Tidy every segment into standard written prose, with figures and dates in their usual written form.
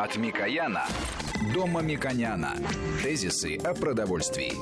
От Микояна до Мамиконяна. Тезисы о продовольствии.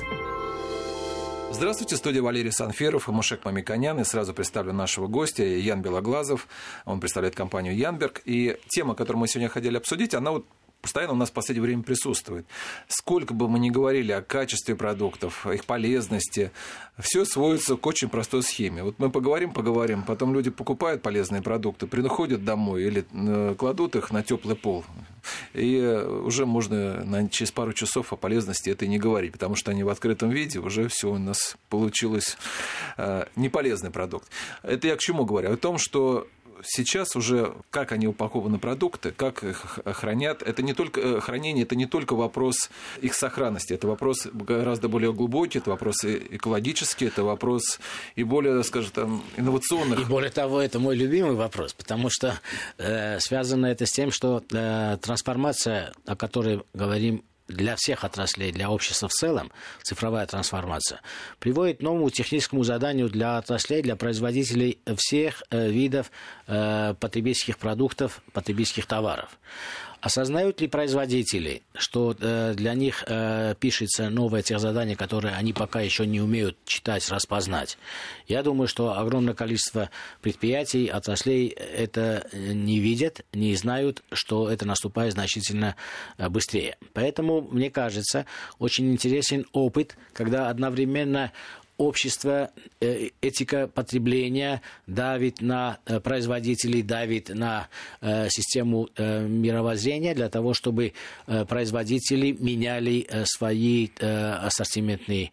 Здравствуйте, студия Валерий Санферов и Мушек Мамиконян. И сразу представлю нашего гостя, Ян Белоглазов. Он представляет компанию «Янберг». И тема, которую мы сегодня хотели обсудить, она постоянно у нас в последнее время присутствует. Сколько бы мы ни говорили о качестве продуктов, их полезности, все сводится к очень простой схеме. Вот мы поговорим, потом люди покупают полезные продукты, приходят домой или кладут их на теплый пол. И уже можно через пару часов о полезности это и не говорить, потому что они в открытом виде, уже все у нас получилось неполезный продукт. Это я к чему говорю? О том, что сейчас уже, как они упакованы продукты, как их хранят, это не только хранение, это не только вопрос их сохранности, это вопрос гораздо более глубокий, это вопрос экологический, это вопрос и более, скажем, там, инновационных. И более того, это мой любимый вопрос, потому что связано это с тем, что трансформация, о которой говорим, для всех отраслей, для общества в целом, цифровая трансформация, приводит к новому техническому заданию для отраслей, для производителей всех видов потребительских продуктов, потребительских товаров. Осознают ли производители, что для них пишется новое техзадание, которое они пока еще не умеют читать, распознать? Я думаю, что огромное количество предприятий, отраслей это не видят, не знают, что это наступает значительно быстрее. Поэтому, мне кажется, очень интересен опыт, когда одновременно общество, этика потребления давит на производителей, давит на систему мировоззрения для того, чтобы производители меняли свои ассортиментные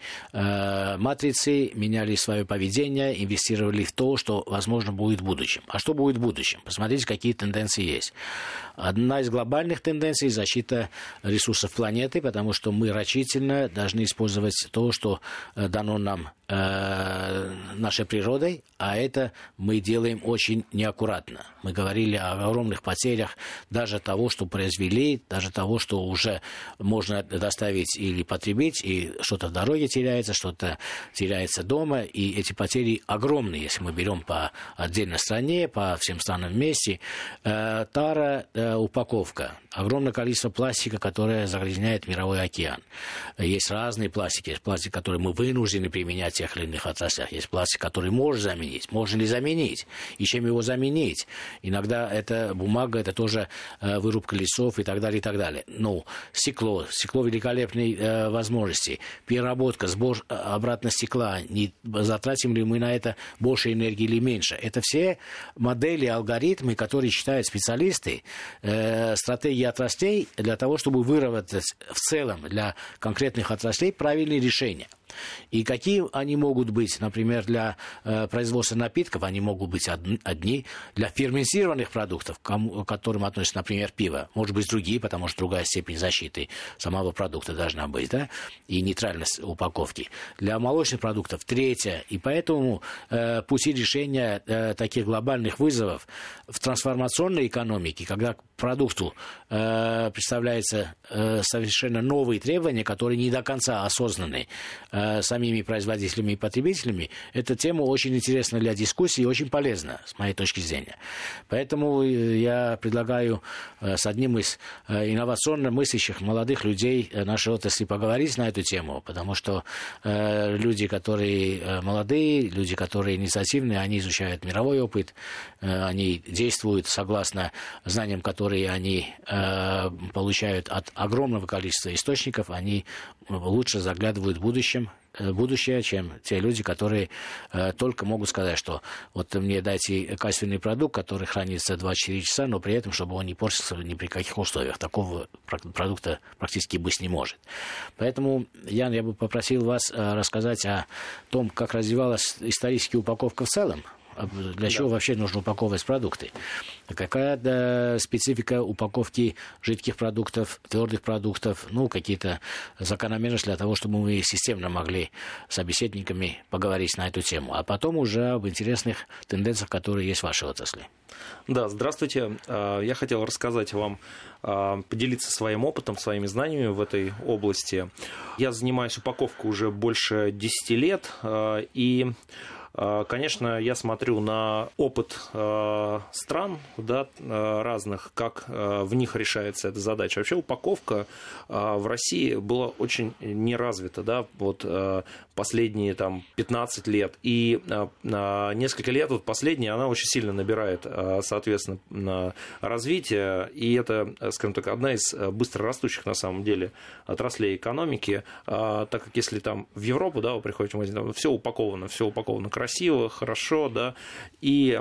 матрицы, меняли свое поведение, инвестировали в то, что, возможно, будет в будущем. А что будет в будущем? Посмотрите, какие тенденции есть. Одна из глобальных тенденций – защита ресурсов планеты, потому что мы рачительно должны использовать то, что дано нам нашей природой, а это мы делаем очень неаккуратно. Мы говорили о огромных потерях даже того, что произвели, даже того, что уже можно доставить или потребить, и что-то в дороге теряется, что-то теряется дома, и эти потери огромные, если мы берем по отдельной стране, по всем странам вместе. Тара, упаковка, огромное количество пластика, которое загрязняет мировой океан. Есть разные пластики, есть пластик, который мы вынуждены применять в тех или иных отраслях, есть пластик, который можно заменить. Можно ли заменить? И чем его заменить? Иногда это бумага, это тоже вырубка лесов и так далее, и так далее. Ну, стекло великолепной возможности, переработка, сбор обратно стекла, не затратим ли мы на это больше энергии или меньше? Это все модели, алгоритмы, которые считают специалисты, стратегии отраслей для того, чтобы выработать в целом для конкретных отраслей правильные решения. И какие они могут быть, например, для производства напитков, они могут быть одни, для ферментированных продуктов, к которым относится, например, пиво, может быть, другие, потому что другая степень защиты самого продукта должна быть, да, и нейтральность упаковки. Для молочных продуктов третья, и поэтому пути решения таких глобальных вызовов в трансформационной экономике, когда к продукту представляются совершенно новые требования, которые не до конца осознаны самими производителями и потребителями, эта тема очень интересна для дискуссии и очень полезна, с моей точки зрения. Поэтому я предлагаю с одним из инновационно мыслящих молодых людей нашей отрасли поговорить на эту тему, потому что люди, которые молодые, люди, которые инициативные, они изучают мировой опыт, они действуют согласно знаниям, которые они получают от огромного количества источников, они лучше заглядывают в будущее, чем те люди, которые только могут сказать, что вот мне дайте качественный продукт, который хранится 24 часа, но при этом, чтобы он не портился ни при каких условиях. Такого продукта практически быть не может. Поэтому, Ян, я бы попросил вас рассказать о том, как развивалась исторически упаковка в целом, для чего вообще нужно упаковывать продукты. Какая специфика упаковки жидких продуктов, твердых продуктов, ну, какие-то закономерности для того, чтобы мы системно могли с собеседниками поговорить на эту тему. А потом уже об интересных тенденциях, которые есть в вашей отрасли. Да, здравствуйте. Я хотел рассказать вам, поделиться своим опытом, своими знаниями в этой области. Я занимаюсь упаковкой уже больше 10 лет, и конечно, я смотрю на опыт стран, да, разных, как в них решается эта задача. Вообще упаковка в России была очень не развита, да, вот последние там 15 лет. И несколько лет, вот последние, она очень сильно набирает, соответственно, развитие. И это, скажем так, одна из быстро растущих на самом деле отраслей экономики, так как если там в Европу, да, вы приходите в магазин, там все упаковано красиво, хорошо, да, и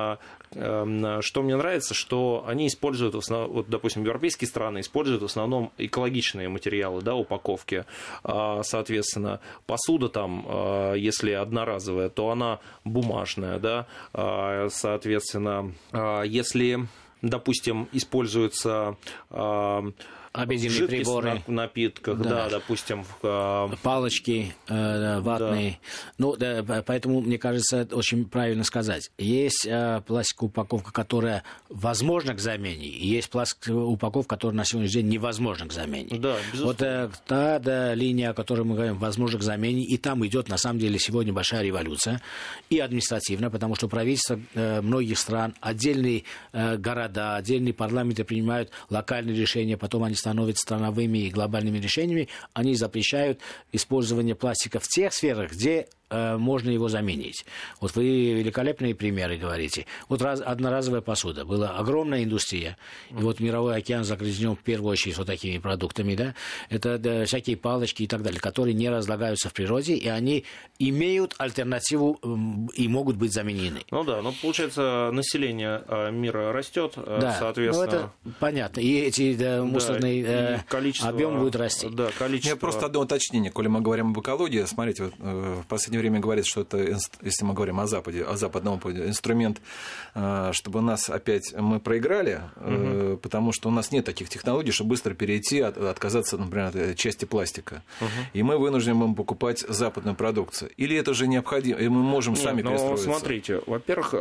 что мне нравится, что они используют, вот, допустим, европейские страны используют в основном экологичные материалы, да, упаковки, соответственно, посуда там, если одноразовая, то она бумажная, да, соответственно, если, допустим, используется обеденные приборы, в напитках, да, допустим, палочки ватные. Да. Ну, да, поэтому, мне кажется, очень правильно сказать. Есть пластиковая упаковка, которая возможна к замене, и есть пластиковая упаковка, которая на сегодняшний день невозможна к замене. Да, безусловно. Вот та линия, о которой мы говорим, возможна к замене, и там идет, на самом деле, сегодня большая революция, и административная, потому что правительство многих стран, отдельные города, отдельные парламенты принимают локальные решения, потом они становятся страновыми и глобальными решениями, они запрещают использование пластика в тех сферах, где можно его заменить. Вот вы великолепные примеры говорите. Вот одноразовая посуда. Была огромная индустрия. И вот мировой океан загрязнен в первую очередь вот такими продуктами. Да? Это всякие палочки и так далее, которые не разлагаются в природе, и они имеют альтернативу и могут быть заменены. Ну да, но получается население мира растет, да, соответственно. Ну это понятно. И эти мусорный объем будет расти. Да, количество... Просто одно уточнение. Коли мы говорим об экологии, смотрите, вот, в последнее время говорит, что это, если мы говорим о Западе, о западном опыте, инструмент, чтобы нас опять мы проиграли, потому что у нас нет таких технологий, чтобы быстро перейти, отказаться, например, от части пластика. И мы вынуждены будем покупать западную продукцию. Или это же необходимо, и мы можем сами перестроиться? Смотрите, во-первых,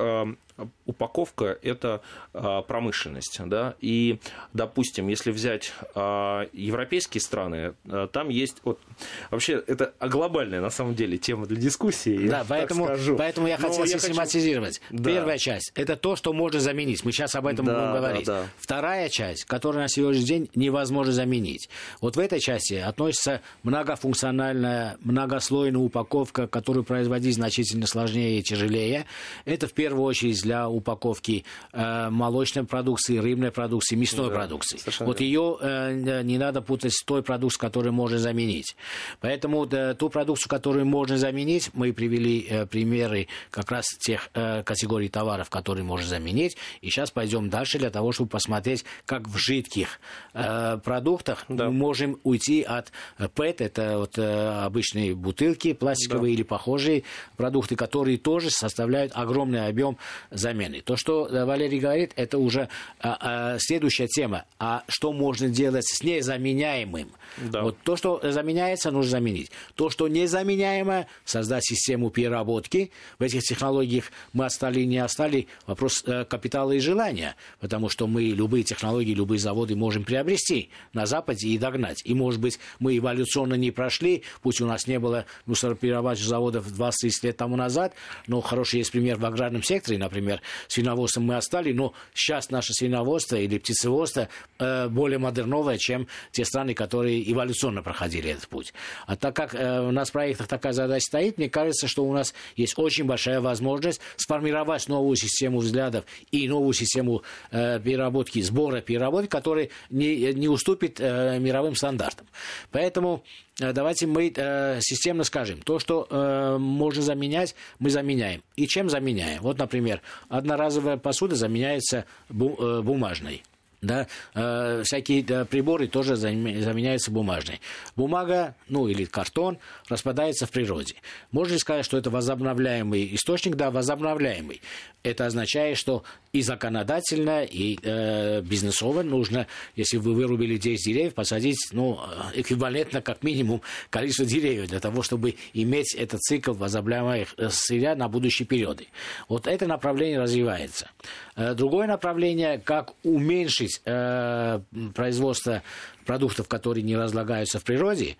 упаковка – это промышленность, да, и, допустим, если взять европейские страны, там есть, вот, вообще, это глобальная, на самом деле, тема для дискуссии. Да, поэтому я хотел систематизировать. Да. Первая часть – это то, что можно заменить. Мы сейчас об этом будем говорить. Да. Вторая часть, которую на сегодняшний день невозможно заменить. Вот в этой части относится многофункциональная, многослойная упаковка, которую производить значительно сложнее и тяжелее. Это в первую очередь для упаковки молочной продукции, рыбной продукции, мясной продукции. Вот ее не надо путать с той продукцией, которую можно заменить. Поэтому ту продукцию, которую можно заменить, мы привели примеры как раз тех категорий товаров, которые можно заменить. И сейчас пойдем дальше для того, чтобы посмотреть, как в жидких продуктах мы можем уйти от ПЭТ, это вот обычные бутылки пластиковые или похожие продукты, которые тоже составляют огромный объем замены. То, что Валерий говорит, это уже следующая тема. А что можно делать с незаменяемым? Да. Вот то, что заменяется, нужно заменить. То, что незаменяемо, создать систему переработки. В этих технологиях мы остали, не остали. Вопрос капитала и желания. Потому что мы любые технологии, любые заводы можем приобрести на Западе и догнать. И, может быть, мы эволюционно не прошли, пусть у нас не было мусороперерабатывающих заводов 20-30 лет тому назад, но хороший есть пример в аграрном секторе, например, свиноводством мы остались, но сейчас наше свиноводство или птицеводство более модерновое, чем те страны, которые эволюционно проходили этот путь. А так как у нас в проектах такая задача стоит, мне кажется, что у нас есть очень большая возможность сформировать новую систему взглядов и новую систему переработки, сбора переработки, которая не уступит мировым стандартам. Поэтому давайте мы системно скажем, то, что можно заменять, мы заменяем. И чем заменяем? Вот, например, одноразовая посуда заменяется бумажной. Да, всякие приборы тоже заменяются бумажной. Бумага, или картон распадается в природе. Можно ли сказать, что это возобновляемый источник? Да, возобновляемый. Это означает, что и законодательно, и бизнесово нужно, если вы вырубили 10 деревьев, посадить эквивалентно как минимум количество деревьев для того, чтобы иметь этот цикл возобновляемых сырья на будущие периоды. Вот это направление развивается. Другое направление, как уменьшить производство продуктов, которые не разлагаются в природе,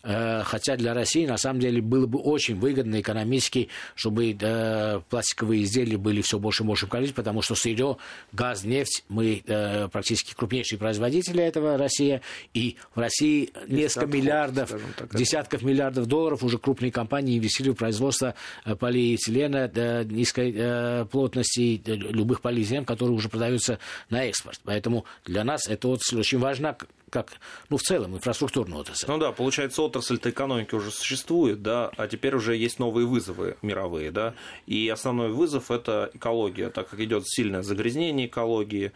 хотя для России, на самом деле, было бы очень выгодно экономически, чтобы пластиковые изделия были все больше и больше в количестве, потому что сырье, газ, нефть, мы практически крупнейшие производители этого, Россия, и в России несколько миллиардов, десятков миллиардов долларов уже крупные компании инвестируют в производство полиэтилена низкой плотности, любых полиэтиленов, которые уже продаются на экспорт. Поэтому для нас это очень важно, как, в целом, инфраструктурная отрасль. Ну да, получается, отрасль-то экономики уже существует, да, а теперь уже есть новые вызовы мировые, да, и основной вызов – это экология, так как идет сильное загрязнение экологии,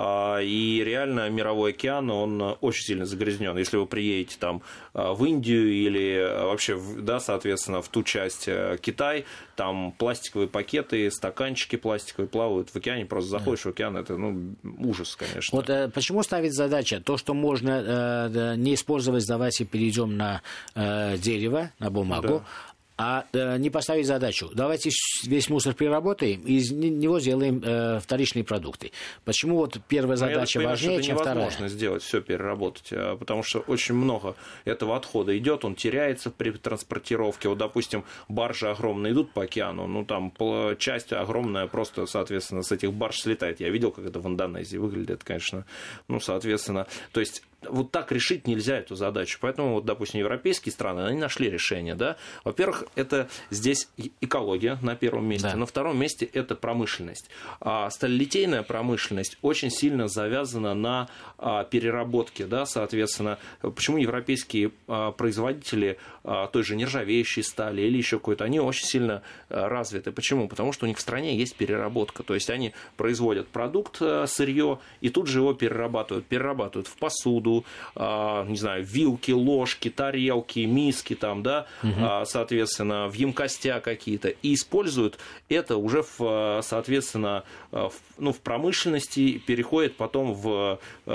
и реально мировой океан, он очень сильно загрязнен. Если вы приедете там в Индию или вообще, да, соответственно, в ту часть Китай, там пластиковые пакеты, стаканчики пластиковые плавают в океане, просто заходишь в океан, это, ужас, конечно. Вот почему ставить задача? То, что можно не использовать, давайте перейдем на дерево, на бумагу, да. А не поставить задачу. Давайте весь мусор переработаем и из него сделаем вторичные продукты. Почему вот первая задача важнее, чем вторая? Невозможно сделать все переработать, потому что очень много этого отхода идет, он теряется при транспортировке. Вот, допустим, баржи огромные идут по океану, там часть огромная просто, соответственно, с этих барж слетает. Я видел, как это в Индонезии выглядит, конечно. Соответственно, то есть вот так решить нельзя эту задачу. Поэтому, вот, допустим, европейские страны, они нашли решение. Да? Во-первых, это здесь экология на первом месте. Да. На втором месте это промышленность. Сталелитейная промышленность очень сильно завязана на переработке. Да? Соответственно, почему европейские производители той же нержавеющей стали или еще какой-то, они очень сильно развиты. Почему? Потому что у них в стране есть переработка. То есть они производят продукт, сырье, и тут же его перерабатывают в посуду, не знаю, вилки, ложки, тарелки, миски, там, да, соответственно, в емкостя какие-то, и используют это уже, соответственно, в промышленности, переходит потом в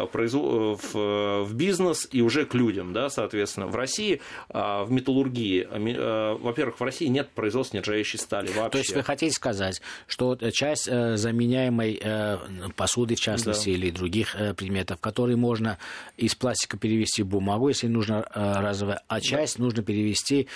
бизнес и уже к людям, да, соответственно. В России, в металлургии, во-первых, в России нет производства нержавеющей стали вообще. То есть вы хотите сказать, что часть заменяемой посуды, в частности, да, или других предметов, которые можно из пластика перевести в бумагу, если нужно разовое, а часть нужно перевести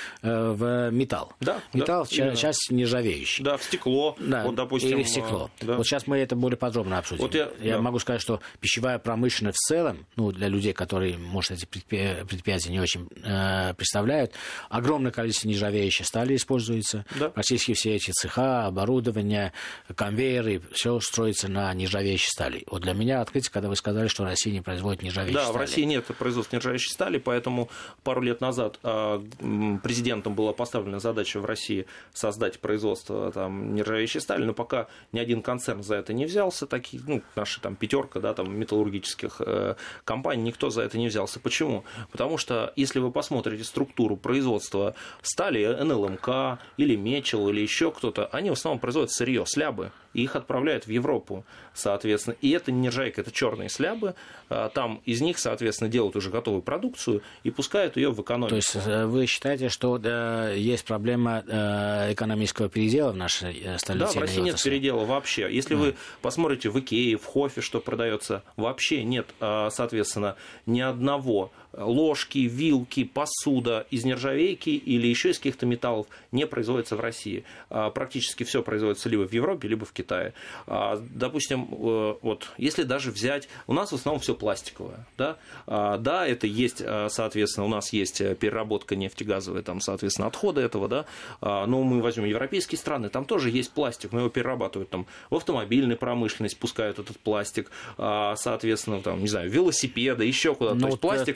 в металл. Да, металл, да, часть нержавеющий. Да, в стекло. Да, вот, допустим, или в стекло. Да. Вот сейчас мы это более подробно обсудим. Вот я могу сказать, что пищевая промышленность в целом, для людей, которые, может, эти предприятия не очень представляют, огромное количество нержавеющей стали используется. Да. Практически все эти цеха, оборудование, конвейеры, все строится на нержавеющей стали. Вот для меня открытие, когда вы сказали, что Россия не производит нержавеющей стали. Да, в России нет производства нержавеющей стали, поэтому пару лет назад президентом была поставлена задача в России создать производство нержавеющей стали, но пока ни один концерн за это не взялся, такие, наши пятерка, да, металлургических компаний, никто за это не взялся. Почему? Потому что, если вы посмотрите структуру производства стали, НЛМК или Мечел или еще кто-то, они в основном производят сырье, слябы, и их отправляют в Европу, соответственно. И это не нержавейка, это черные слябы, там из них, соответственно, делают уже готовую продукцию и пускают ее в экономику. То есть вы считаете, что есть проблема экономического передела в нашей сталелитейной отрасли? Да, в России нет передела вообще. Если вы посмотрите в Икее, в Хофе, что продается, вообще нет, соответственно, ни одного ложки, вилки, посуда из нержавейки или еще из каких-то металлов не производится в России. Практически все производится либо в Европе, либо в Китае. Допустим, вот, если даже взять... У нас в основном все пластиковое. Да, да, это есть, соответственно, у нас есть переработка нефтегазовая, там, соответственно, отходы этого, да, но мы возьмем европейские страны, там тоже есть пластик, но его перерабатывают там в автомобильной промышленности, пускают этот пластик, соответственно, там, не знаю, велосипеды, еще куда-то. То есть пластик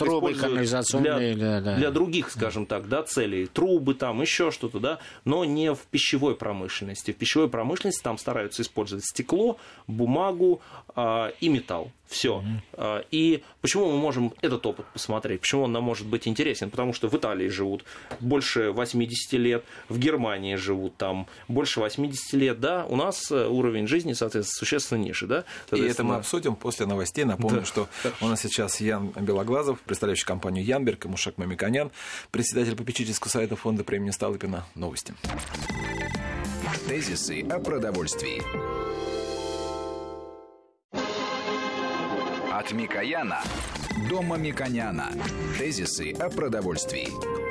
для других, скажем так, да, целей, трубы, там, еще что-то, да, но не в пищевой промышленности. В пищевой промышленности там стараются использовать стекло, бумагу и металл. Все. И почему мы можем этот опыт посмотреть? Почему он нам может быть интересен? Потому что в Италии живут больше 80 лет, в Германии живут там больше 80 лет, да, у нас уровень жизни, соответственно, существенно ниже, да. И это мы обсудим после новостей. Напомню, что у нас сейчас Ян Белоглазов, представляющий компанию Янберг, и Мушек Мамиканян, председатель попечительского совета фонда премии Столыпина. Новости. Тезисы о продовольствии. От Микояна до Мамиконяна. Тезисы о продовольствии.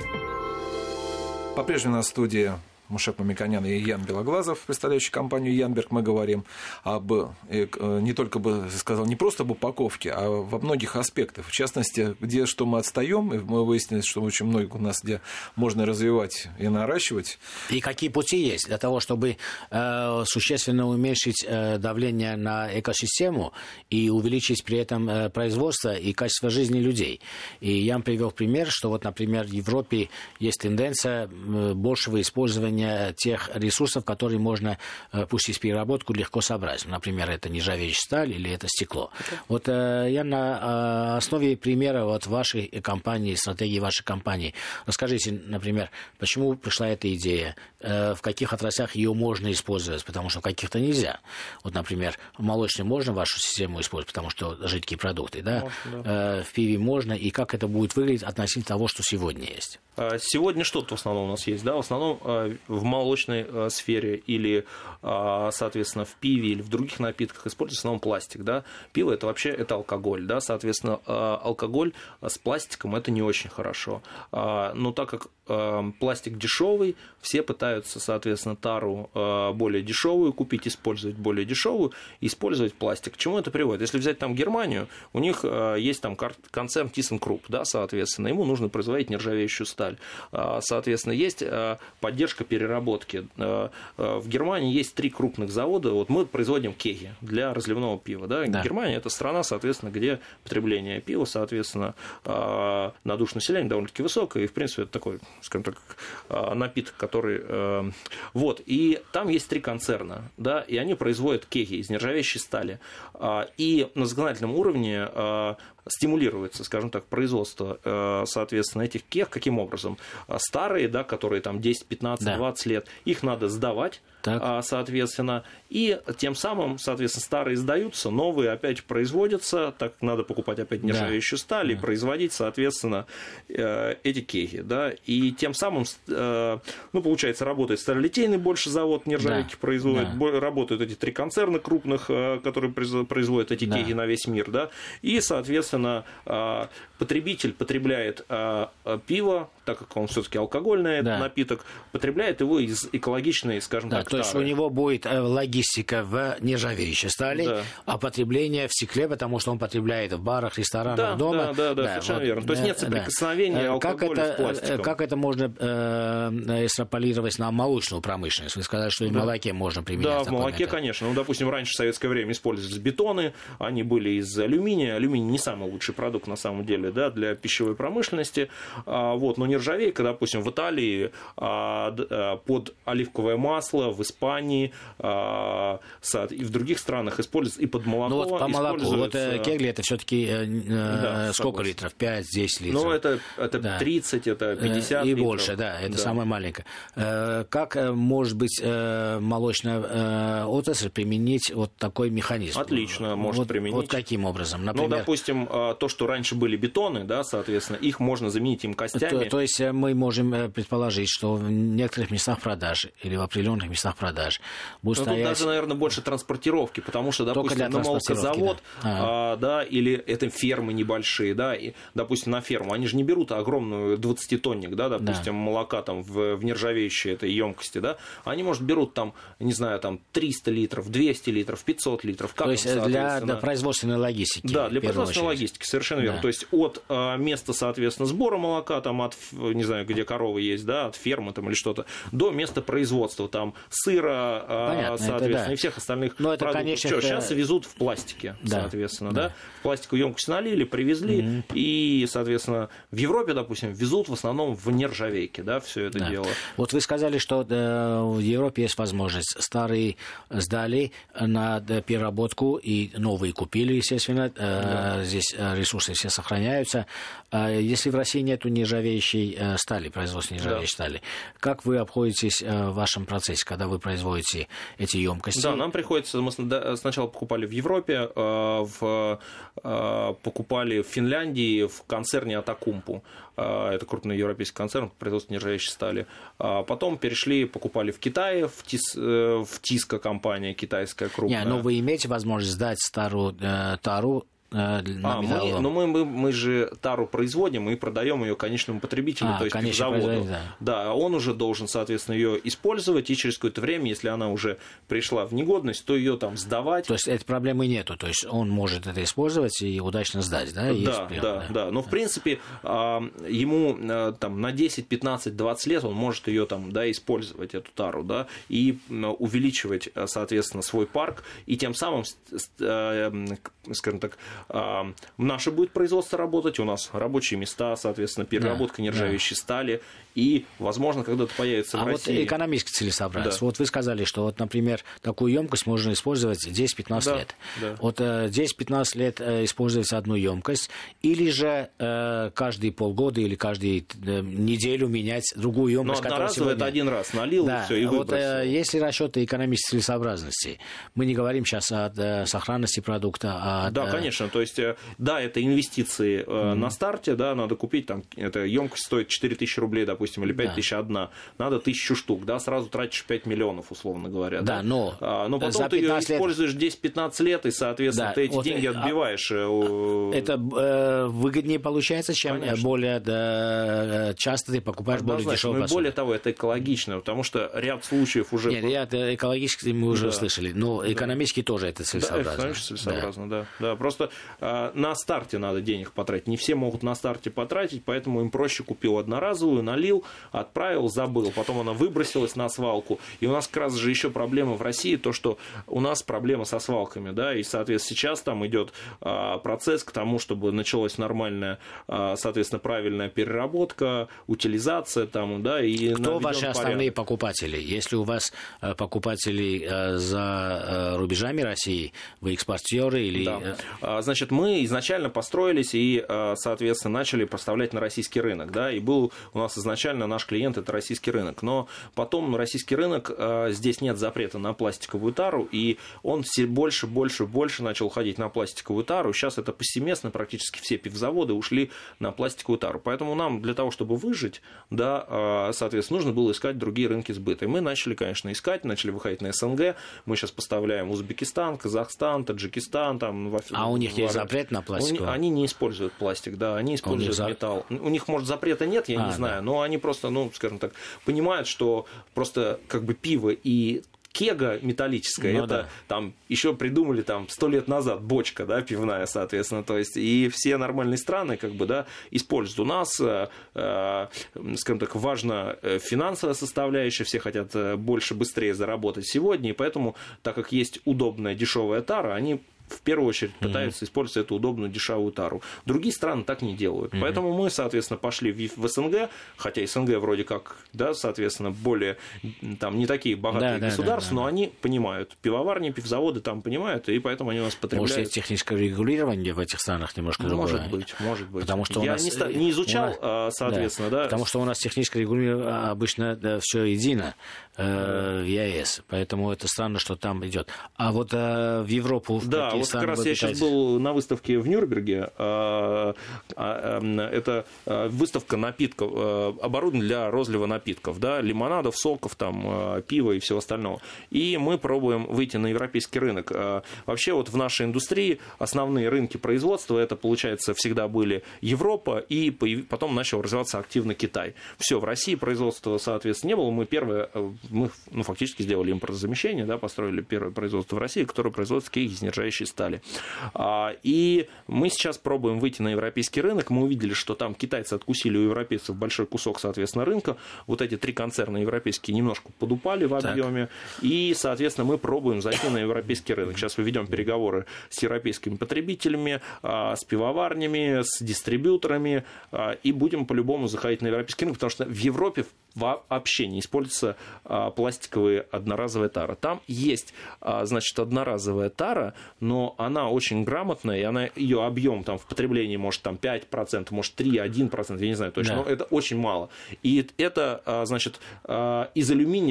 По-прежнему на студии Мушек Мамиконян и Ян Белоглазов, представляющий компанию «Янберг». Мы говорим об, не только бы сказал, не просто об упаковке, а во многих аспектах. В частности, где что мы отстаем, и мы выяснили, что очень много у нас где можно развивать и наращивать. И какие пути есть для того, чтобы существенно уменьшить давление на экосистему и увеличить при этом производство и качество жизни людей. И я вам привел пример, что вот, например, в Европе есть тенденция большего использования тех ресурсов, которые можно пустить в переработку, легко собрать. Например, это нержавеющая сталь или это стекло. Вот я на основе примера вот вашей компании, стратегии вашей компании, расскажите, например, почему пришла эта идея, в каких отраслях ее можно использовать, потому что в каких-то нельзя. Вот, например, в молочной можно вашу систему использовать, потому что жидкие продукты, да? Можно, да. В пиве можно, и как это будет выглядеть относительно того, что сегодня есть? Сегодня что-то в основном у нас есть, да, в основном в молочной сфере или, соответственно, в пиве или в других напитках используется в основном пластик, да. Пиво это вообще это алкоголь, да, соответственно, алкоголь с пластиком это не очень хорошо. Но так как пластик дешевый, все пытаются, соответственно, тару более дешевую купить, использовать более дешевую, использовать пластик. К чему это приводит? Если взять там Германию, у них есть там концерн ThyssenKrupp, да, соответственно, ему нужно производить нержавеющую сталь. Соответственно, есть поддержка переработки. В Германии есть 3 крупных завода. Вот мы производим кеги для разливного пива. Да? Да. Германия – это страна, соответственно, где потребление пива, соответственно, на душу населения довольно-таки высокое. И, в принципе, это такой, скажем так, напиток, который... Вот. И там есть 3 концерна, да, и они производят кеги из нержавеющей стали. И на законодательном уровне стимулируется, скажем так, производство, соответственно, этих кег. Каким образом? Старые, да, которые там 10, 15, 20 лет, их надо сдавать, соответственно, и тем самым, соответственно, старые сдаются, новые опять производятся, так надо покупать опять нержавеющую сталь и производить, соответственно, эти кеги, да, и тем самым, ну, получается, работает сталелитейный больше завод, нержавейки производит, работают эти 3 концерна крупных, которые производят эти кеги на весь мир, да, и, соответственно, потребитель потребляет пиво, так как он все-таки алкогольный напиток, потребляет его из экологичной, скажем так, то есть у него будет логистика в нержавеющей стали, а потребление в стекле, потому что он потребляет в барах, ресторанах, дома. Да, совершенно верно. То есть нет соприкосновения алкоголя с пластиком. Как это можно экстраполировать на молочную промышленность? Вы сказали, что и в молоке можно применять. Да, в молоке, конечно. Ну, допустим, раньше в советское время использовались бетоны, они были из алюминия. Алюминий не самый лучший продукт, на самом деле, да, для пищевой промышленности. Вот. Но нержавейка, допустим, в Италии под оливковое масло, в Испании и в других странах используется и под молоко. Ну вот по молоку, вот кегли это все-таки сколько литров? 5-10 литров? Ну это 30, это 50 и литров. больше, да, это самое маленькое. Как может быть молочная отрасль применить вот такой механизм? Отлично, может применить. Вот каким образом? Например, ну, допустим, то, что раньше были бетоны, да, соответственно, их можно заменить им костями. То есть мы можем предположить, что в некоторых местах продаж или в определенных местах продаж будут стоять... Тут даже, наверное, больше транспортировки, потому что, допустим, на молокозавод, да, или это фермы небольшие, да, и, допустим, на ферму, они же не берут огромную 20-тонник, да, допустим, молока там в нержавеющей этой емкости, да, они, может, берут там, не знаю, там 300 литров, 200 литров, 500 литров. Как то есть для производственной логистики. Да, для производственной логистики, совершенно верно. То есть от места, соответственно, сбора молока, там, от, не знаю, где коровы есть, да, от фермы там или что-то, до места производства, там, сыра, соответственно, и всех остальных продуктов. Конечно, сейчас везут в пластике, соответственно, да. В пластиковую емкость налили, привезли, и, соответственно, в Европе, допустим, везут в основном в нержавейке, да, все это дело. Вот вы сказали, что в Европе есть возможность. Старые сдали на переработку, и новые купили, естественно. Здесь ресурсы все сохраняются. Если в России нету нержавеющей стали, производства нержавеющей стали, как вы обходитесь в вашем процессе, когда вы производите эти емкости? Да, нам приходится, мы сначала покупали в Европе, покупали в Финляндии в концерне Атакумпу. Это крупный европейский концерн по производству нержавеющей стали. Потом перешли, покупали в Китае, в Тиско компания китайская крупная. Но вы имеете возможность сдать старую тару на металлолом? Мы же тару производим и продаем ее конечному потребителю, то есть пивзаводу. Да, он уже должен, соответственно, ее использовать, и через какое-то время, если она уже пришла в негодность, то ее там сдавать. То есть этой проблемы нету, то есть он может это использовать и удачно сдать, да? Да. Но в принципе ему там на 10, 15, 20 лет он может ее там, да, использовать, эту тару, да, и увеличивать, соответственно, свой парк, и тем самым, скажем так, наше будет производство работать, у нас рабочие места, соответственно, переработка нержавеющей стали, и, возможно, когда-то появится в России... вот экономически целесообразность. Да. Вот вы сказали, что, вот, например, такую емкость можно использовать 10-15 лет. Да. Вот 10-15 лет использовать одну емкость, или же каждые полгода или каждую неделю менять другую емкость. Но одноразово это один раз налил, и все, и выбросил. Вот если расчеты экономической целесообразности, мы не говорим сейчас о сохранности продукта, Да, конечно, то есть, да, это инвестиции на старте, да, надо купить, там, эта емкость стоит 4000 рублей, допустим, или 5000 одна, надо 1000 штук, да, сразу тратишь 5 миллионов, условно говоря. Да, но потом ты ее используешь 10-15 лет, и, соответственно, ты эти деньги отбиваешь. Это выгоднее получается, чем более часто ты покупаешь более дешевую посуду. Более того, это экологично, потому что ряд случаев уже... Нет, ряд экологически мы уже слышали, но экономически тоже это целесообразно. Да, конечно, целесообразно, да. Просто на старте надо денег потратить. Не все могут на старте потратить, поэтому им проще купил одноразовую, налил, отправил, забыл. Потом она выбросилась на свалку. И у нас как раз же еще проблема в России, то, что у нас проблема со свалками, да, и, соответственно, сейчас там идет процесс к тому, чтобы началась нормальная, соответственно, правильная переработка, утилизация там, да, и кто ваши основные покупатели? Если у вас покупатели за рубежами России, вы экспортеры или... Да. Значит, мы изначально построились и, соответственно, начали поставлять на российский рынок, да, и был у нас изначально наш клиент это российский рынок, но потом российский рынок, здесь нет запрета на пластиковую тару, и он все больше начал ходить на пластиковую тару. Сейчас это повсеместно, практически все пивзаводы ушли на пластиковую тару. Поэтому нам для того, чтобы выжить, да, соответственно, нужно было искать другие рынки сбыта. И мы начали, конечно, искать, начали выходить на СНГ. Мы сейчас поставляем Узбекистан, Казахстан, Таджикистан. Там, у них есть запрет на пластику? Они не используют пластик, да, они используют металл. У них, может, запрета нет, я не знаю, но они просто, скажем так, понимают, что просто как бы пиво и кега металлическая, там еще придумали там 100 лет назад бочка, да, пивная, соответственно, то есть и все нормальные страны как бы, да, используют. У нас, скажем так, важна финансовая составляющая, все хотят больше, быстрее заработать сегодня, и поэтому, так как есть удобная дешевая тара, они в первую очередь пытаются использовать эту удобную дешевую тару. Другие страны так не делают. Поэтому мы, соответственно, пошли в СНГ, хотя СНГ вроде как, да, соответственно, более там не такие богатые государства, но они понимают. Пивоварни, пивзаводы там понимают, и поэтому они у нас потребляют. Может, есть техническое регулирование в этих странах немножко другое? Может быть. Потому что я не изучал, соответственно, да. Потому что у нас техническое регулирование обычно все едино в ЕАЭС, поэтому это странно, что там идет. А вот в Европу... Да, вот как раз я сейчас был на выставке в Нюрнберге. Это выставка напитков, оборудование для розлива напитков, да, лимонадов, соков, там, пива и всего остального. И мы пробуем выйти на европейский рынок. Вообще вот в нашей индустрии основные рынки производства, это, получается, всегда были Европа, и потом начал развиваться активно Китай. Все, в России производства, соответственно, не было. Мы фактически сделали импортозамещение, да, построили первое производство в России, которое производит кейки из нержавеющей стали. И мы сейчас пробуем выйти на европейский рынок. Мы увидели, что там китайцы откусили у европейцев большой кусок, соответственно, рынка. Вот эти три концерна европейские немножко подупали в объеме. И, соответственно, мы пробуем зайти на европейский рынок. Сейчас мы ведем переговоры с европейскими потребителями, с пивоварнями, с дистрибьюторами. И будем по-любому заходить на европейский рынок, потому что в Европе вообще не используется пластиковая одноразовая тара. Там есть, значит, одноразовая тара, но она очень грамотная, и ее объем там, в потреблении может там, 5%, может 3%, 1%, я не знаю точно, но это очень мало. И это, значит, из алюминия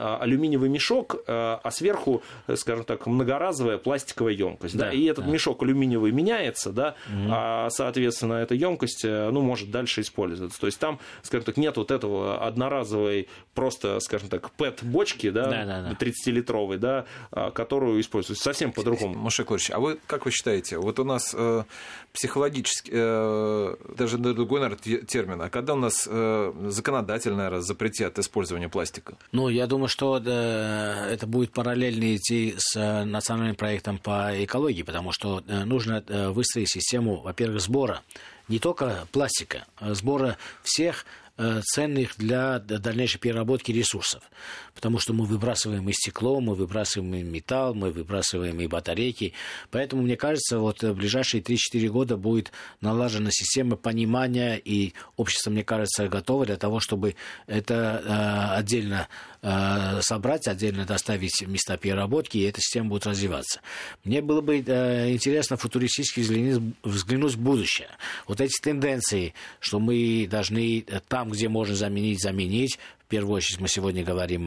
алюминиевый мешок, а сверху, скажем так, многоразовая пластиковая емкость. Да, и этот мешок алюминиевый меняется, да, а, соответственно, эта емкость, ну, может дальше использоваться. То есть там, скажем так, нет вот этого одноразовой просто, скажем так, ПЭТ-бочки, да, 30-литровой, да, которую используют совсем по-другому. Мушек Лорич, а вы как вы считаете, вот у нас психологически, даже другой, наверное, термин, а когда у нас законодательно, наверное, запретят использование пластика? Ну, я думаю, что это будет параллельно идти с национальным проектом по экологии, потому что нужно выстроить систему, во-первых, сбора не только пластика, а сбора всех ценных для дальнейшей переработки ресурсов. Потому что мы выбрасываем и стекло, мы выбрасываем и металл, мы выбрасываем и батарейки. Поэтому, мне кажется, вот в ближайшие 3-4 года будет налажена система понимания, и общество, мне кажется, готово для того, чтобы это отдельно собрать, отдельно доставить в места переработки, и эта система будет развиваться. Мне было бы интересно футуристически взглянуть в будущее. Вот эти тенденции, что мы должны там, где можно заменить. В первую очередь мы сегодня говорим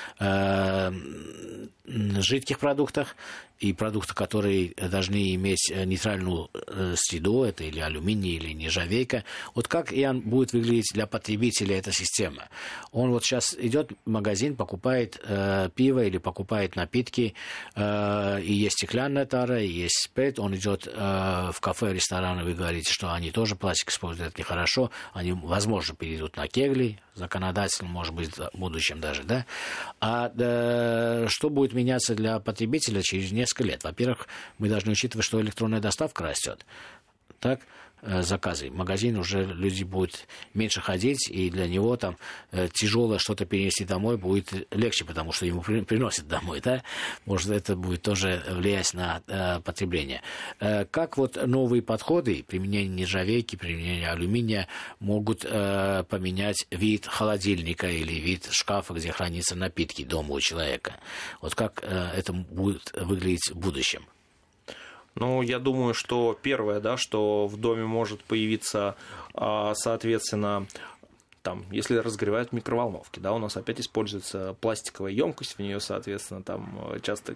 о жидких продуктах и продуктах, которые должны иметь нейтральную среду, это или алюминий, или нержавейка. Вот как, Ян, будет выглядеть для потребителя эта система? Он вот сейчас идет в магазин, покупает пиво или покупает напитки, и есть стеклянная тара, и есть ПЭТ, он идет в кафе, рестораны, вы говорите, что они тоже пластик используют, это нехорошо, они, возможно, перейдут на кегли, законодательно, может быть, в будущем даже, да? А что будет меняться для потребителя через несколько лет? Во-первых, мы должны учитывать, что электронная доставка растет. Так, заказы. В магазин уже люди будут меньше ходить, и для него там тяжелое что-то перенести домой будет легче, потому что ему приносят домой, да? Может, это будет тоже влиять на потребление. Как вот новые подходы, применение нержавейки, применение алюминия могут поменять вид холодильника или вид шкафа, где хранятся напитки дома у человека? Вот как это будет выглядеть в будущем? Ну, я думаю, что первое, да, что в доме может появиться, соответственно, там, если разогревают микроволновки, да, у нас опять используется пластиковая емкость, в нее, соответственно, там часто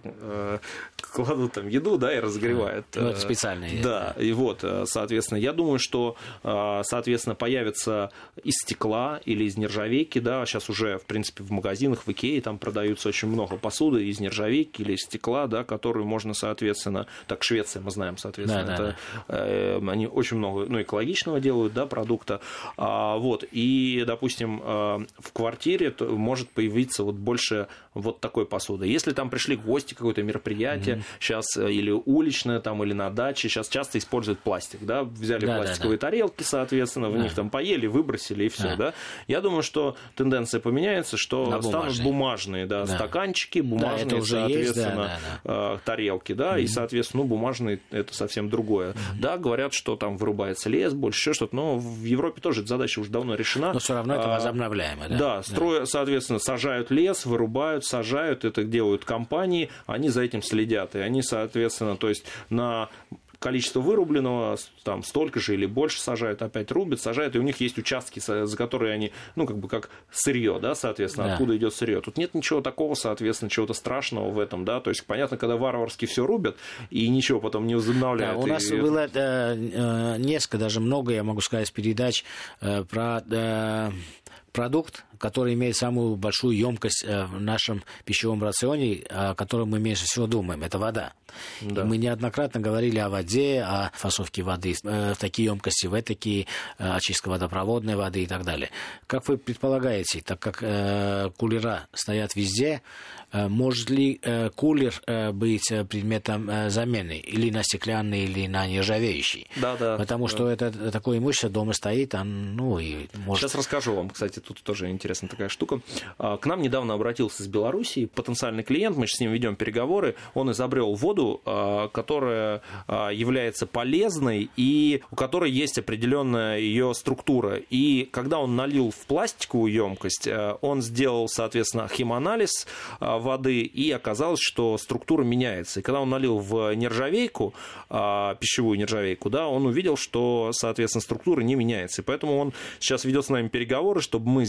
кладут там еду, да, и разогревают. Ну, это специальные. Да, и вот, соответственно, я думаю, что, соответственно, появится из стекла или из нержавейки, да, сейчас уже, в принципе, в магазинах, в Икее там продаются очень много посуды из нержавейки или из стекла, да, которую можно, соответственно, так, Швеция, мы знаем, соответственно, они очень много, ну, экологичного делают, да, продукта, вот, и допустим, в квартире может появиться вот больше вот такой посуды. Если там пришли гости, какое-то мероприятие, сейчас или уличное, там, или на даче, сейчас часто используют пластик, да, взяли пластиковые тарелки, соответственно, в них там поели, выбросили, и все, да. Я думаю, что тенденция поменяется, что станут бумажные, да, стаканчики, бумажные, соответственно, тарелки, да, и, соответственно, ну, бумажные — это совсем другое. Да, говорят, что там вырубается лес, больше еще что-то, но в Европе тоже эта задача уже давно решена. Но все равно это возобновляемо, да? Да, соответственно, сажают лес, вырубают, сажают, это делают компании, они за этим следят, и они, соответственно, то есть на количество вырубленного там столько же или больше сажают, опять рубят, сажают, и у них есть участки, за которые они, ну, как бы как сырье, да, соответственно, откуда идет сырье. Тут нет ничего такого, соответственно, чего-то страшного в этом, да, то есть понятно, когда варварски все рубят и ничего потом не возобновляют. Да, у нас было несколько, даже много, я могу сказать, передач про продукт, который имеет самую большую емкость в нашем пищевом рационе, о котором мы меньше всего думаем, это вода. Да. Мы неоднократно говорили о воде, о фасовке воды в такие емкости, в такие, очистка водопроводной воды и так далее. Как вы предполагаете, так как кулера стоят везде, может ли кулер быть предметом замены или на стеклянный, или на нержавеющий? Да. Потому что это такое имущество дома стоит, ну и может... Сейчас расскажу вам, кстати, тут тоже интересная такая штука. К нам недавно обратился из Белоруссии потенциальный клиент, мы с ним ведем переговоры, он изобрел воду, которая является полезной и у которой есть определенная ее структура. И когда он налил в пластиковую емкость, он сделал, соответственно, химанализ воды, и оказалось, что структура меняется. И когда он налил в нержавейку, пищевую нержавейку, да, он увидел, что, соответственно, структура не меняется. И поэтому он сейчас ведет с нами переговоры, чтобы мы сделали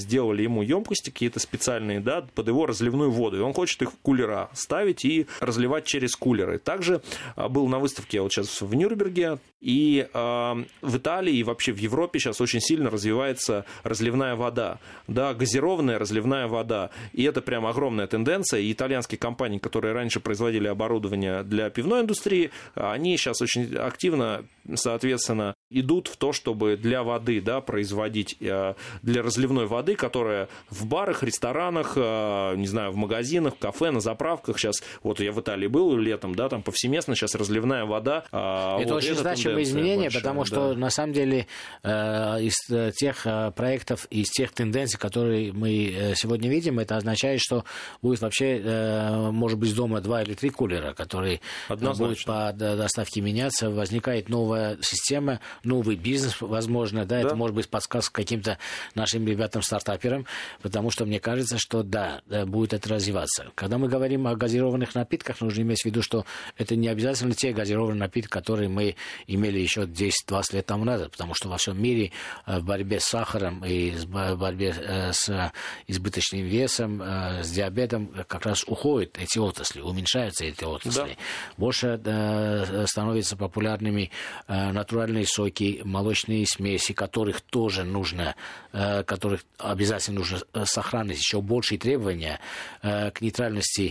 ему емкости какие-то специальные, да, под его разливную воду. И он хочет их в кулера ставить и разливать через кулеры. Также был на выставке вот сейчас в Нюрнберге, и в Италии, и вообще в Европе сейчас очень сильно развивается разливная вода, да, газированная разливная вода. И это прям огромная тенденция. И итальянские компании, которые раньше производили оборудование для пивной индустрии, они сейчас очень активно, соответственно, идут в то, чтобы для воды, да, производить, для разливной воды, которая в барах, ресторанах, не знаю, в магазинах, в кафе, на заправках сейчас, вот я в Италии был летом, да, там повсеместно сейчас разливная вода. Это вот очень значимое изменение, большая, потому что, на самом деле, из тех проектов, из тех тенденций, которые мы сегодня видим, это означает, что будет вообще, может быть, дома 2 или 3 кулера, которые будут по доставке меняться, возникает новая система, новый бизнес, возможно, да, это может быть подсказка каким-то нашим ребятам-стартаперам, потому что мне кажется, что да, будет это развиваться. Когда мы говорим о газированных напитках, нужно иметь в виду, что это не обязательно те газированные напитки, которые мы имели еще 10-20 лет тому назад, потому что во всем мире в борьбе с сахаром и в борьбе с избыточным весом, с диабетом как раз уходят эти отрасли, уменьшаются эти отрасли. Да. Больше становятся популярными натуральные соки, молочные смеси, которых тоже нужно, которых обязательно нужно сохранить, еще большие требования к нейтральности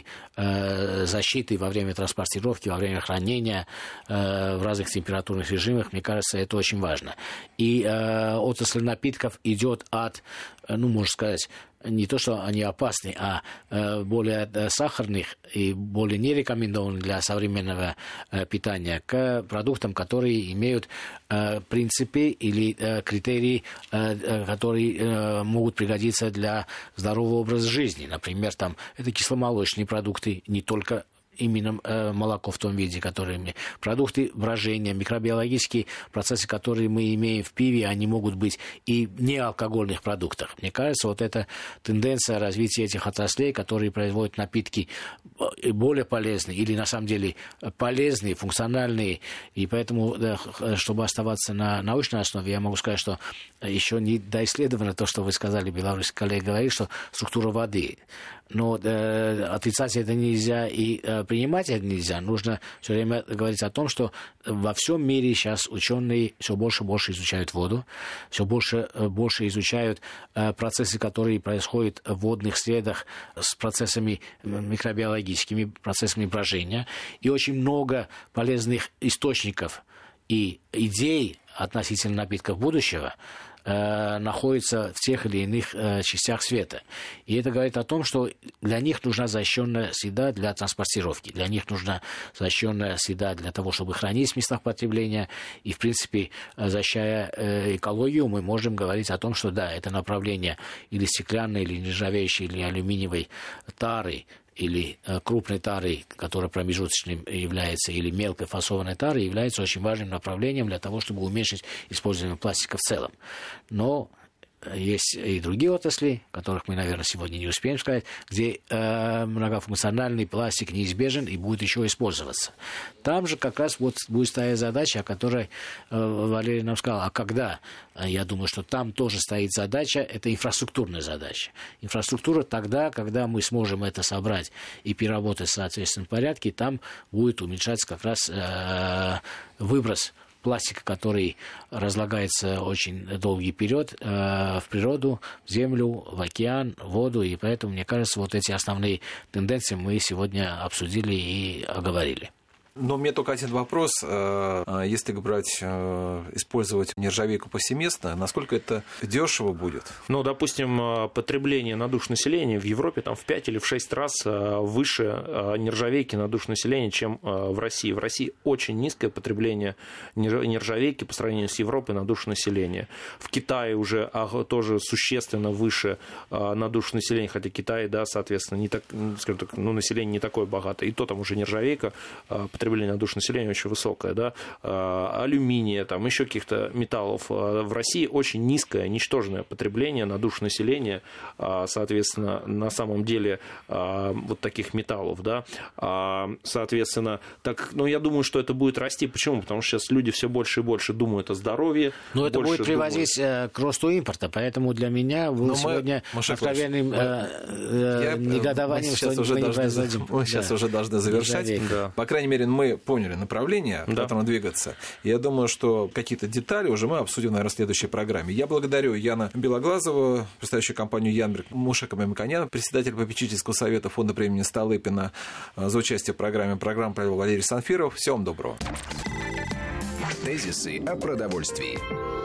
защиты во время транспортировки, во время хранения в разных температурных режимах. Мне кажется, это очень важно. И отрасль напитков идет от, ну, можно сказать, не то, что они опасны, а более сахарных и более нерекомендованных для современного питания к продуктам, которые имеют принципы или критерии, которые могут пригодиться для здорового образа жизни. Например, там это кисломолочные продукты, не только именно молоко в том виде, которые продукты брожения, микробиологические процессы, которые мы имеем в пиве, они могут быть и в неалкогольных продуктах. Мне кажется, вот эта тенденция развития этих отраслей, которые производят напитки более полезные или на самом деле полезные, функциональные, и поэтому, чтобы оставаться на научной основе, я могу сказать, что еще не доисследовано то, что вы сказали, белорусский коллега говорит, что структура воды. Но отрицать это нельзя и принимать это нельзя. Нужно все время говорить о том, что во всем мире сейчас ученые все больше и больше изучают воду, все больше изучают процессы, которые происходят в водных средах с процессами микробиологическими, процессами брожения. И очень много полезных источников и идей относительно напитков будущего находится в тех или иных частях света. И это говорит о том, что для них нужна защищенная среда для транспортировки, для них нужна защищенная среда для того, чтобы хранить в местах потребления. И, в принципе, защищая экологию, мы можем говорить о том, что да, это направление или стеклянной, или нержавеющей, или алюминиевой тары, или крупной тарой, которая промежуточным является, или мелкой фасованной тарой, является очень важным направлением для того, чтобы уменьшить использование пластика в целом. Но есть и другие отрасли, которых мы, наверное, сегодня не успеем сказать, где многофункциональный пластик неизбежен и будет еще использоваться. Там же как раз вот будет стоять задача, о которой Валерий нам сказал. А когда? Я думаю, что там тоже стоит задача, это инфраструктурная задача. Инфраструктура тогда, когда мы сможем это собрать и переработать в соответственном порядке, там будет уменьшаться как раз выброс пластика, который разлагается очень долгий период в природу, в землю, в океан, в воду. И поэтому, мне кажется, вот эти основные тенденции мы сегодня обсудили и оговорили. Но мне только один вопрос. Если брать, использовать нержавейку повсеместно, насколько это дешево будет? Ну, допустим, потребление на душу населения в Европе там в 5 или в 6 раз выше нержавейки на душу населения, чем в России. В России очень низкое потребление нержавейки по сравнению с Европой на душу населения. В Китае уже тоже существенно выше на душу населения, хотя Китай, да, соответственно, не так, скажем так, ну, население не такое богатое. И то там уже нержавейка, потребление потребление на душу населения очень высокое, да, алюминия, там еще каких-то металлов. В России очень низкое, ничтожное потребление на душу населения, соответственно, на самом деле вот таких металлов, да, соответственно, так, я думаю, что это будет расти. Почему? Потому что сейчас люди все больше и больше думают о здоровье. Но это будет приводить к росту импорта, поэтому для меня было сегодня откровенным негодованием, что мы не производим. Мы сейчас уже должны завершать. Да. По крайней мере, мы поняли направление, в котором двигаться. Я думаю, что какие-то детали уже мы обсудим, наверное, в следующей программе. Я благодарю Яна Белоглазова, представляющего компанию «Янберг», Мушека Мамиканяна, председатель попечительского совета фонда премии Столыпина, за участие в программе. Программу провел Валерий Санфиров. Всего вам доброго. Тезисы о продовольствии.